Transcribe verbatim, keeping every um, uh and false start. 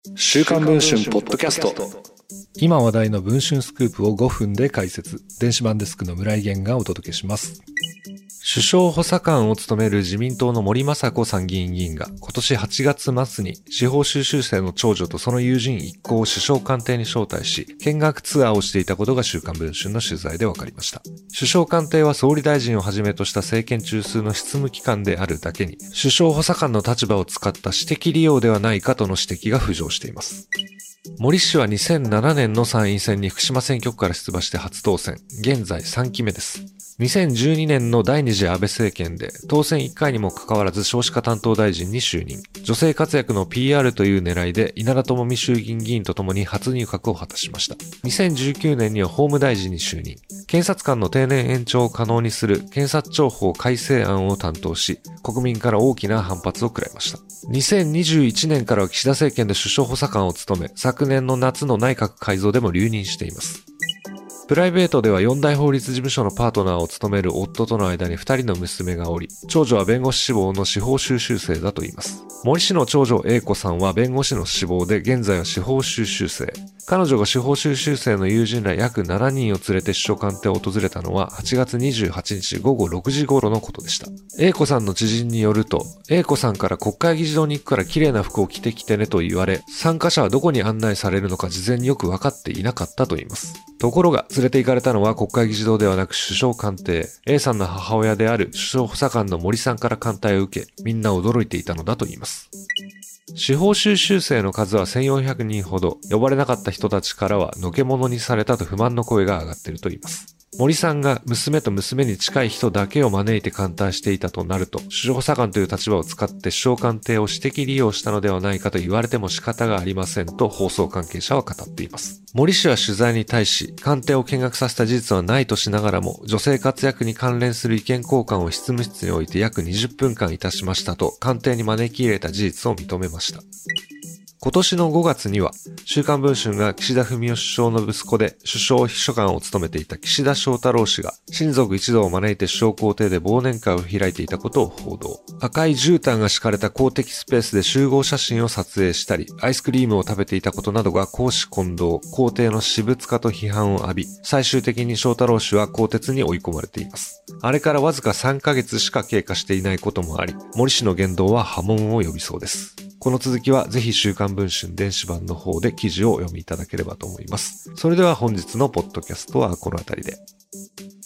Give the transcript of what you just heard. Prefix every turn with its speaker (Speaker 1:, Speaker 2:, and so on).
Speaker 1: 週刊文春ポッドキャスト。
Speaker 2: 今話題の文春スクープをごふんで解説。電子版デスクの村井源がお届けします。首相補佐官を務める自民党の森雅子参議院議員が今年はちがつ末に司法修習生の長女とその友人一行を首相官邸に招待し、見学ツアーをしていたことが週刊文春の取材で分かりました。首相官邸は総理大臣をはじめとした政権中枢の執務機関であるだけに、首相補佐官の立場を使った私的利用ではないかとの指摘が浮上しています。森氏はにせんななねんの参院選に福島選挙区から出馬して初当選。現在さんきめです。にせんじゅうにねんの第二次安倍政権で当選いっかいにもかかわらず少子化担当大臣に就任。女性活躍の ピーアール という狙いで稲田朋美衆議院議員と共に初入閣を果たしました。にせんじゅうきゅうねんには法務大臣に就任。検察官の定年延長を可能にする検察庁法改正案を担当し、国民から大きな反発を食らいました。にせんにじゅういちねんからは岸田政権で首相補佐官を務め、昨年の夏の内閣改造でも留任しています。プライベートでは四大法律事務所のパートナーを務める夫との間に二人の娘がおり、長女は弁護士志望の司法修習生だといいます。森氏の長女 A 子さんは弁護士の志望で現在は司法修習生。彼女が司法修習生の友人ら約ななにんを連れて首相官邸を訪れたのははちがつにじゅうはちにちごごろくじ頃のことでした。A 子さんの知人によると、A 子さんから国会議事堂に行くから綺麗な服を着てきてねと言われ、参加者はどこに案内されるのか事前によく分かっていなかったといいます。ところが、連れて行かれたのは国会議事堂ではなく首相官邸。A さんの母親である首相補佐官の森さんから艦隊を受け、みんな驚いていたのだといいます。司法修習生の数はせんよんひゃくにんほど、呼ばれなかった人たちからはのけ者にされたと不満の声が上がっているといいます。森さんが娘と娘に近い人だけを招いて歓待していたとなると、首相補佐官という立場を使って首相官邸を私的利用したのではないかと言われても仕方がありませんと放送関係者は語っています。森氏は取材に対し、官邸を見学させた事実はないとしながらも、女性活躍に関連する意見交換を執務室において約にじゅっぷんかんいたしましたと、官邸に招き入れた事実を認めました。今年のごがつには、週刊文春が岸田文雄首相の息子で首相秘書官を務めていた岸田翔太郎氏が親族一同を招いて首相公邸で忘年会を開いていたことを報道。赤い絨毯が敷かれた公的スペースで集合写真を撮影したり、アイスクリームを食べていたことなどが公私混同、公邸の私物化と批判を浴び、最終的に翔太郎氏は更迭に追い込まれています。あれからわずかさんかげつしか経過していないこともあり、森氏の言動は波紋を呼びそうです。この続きはぜひ週刊文春電子版の方で記事をお読みいただければと思います。それでは本日のポッドキャストはこの辺りで。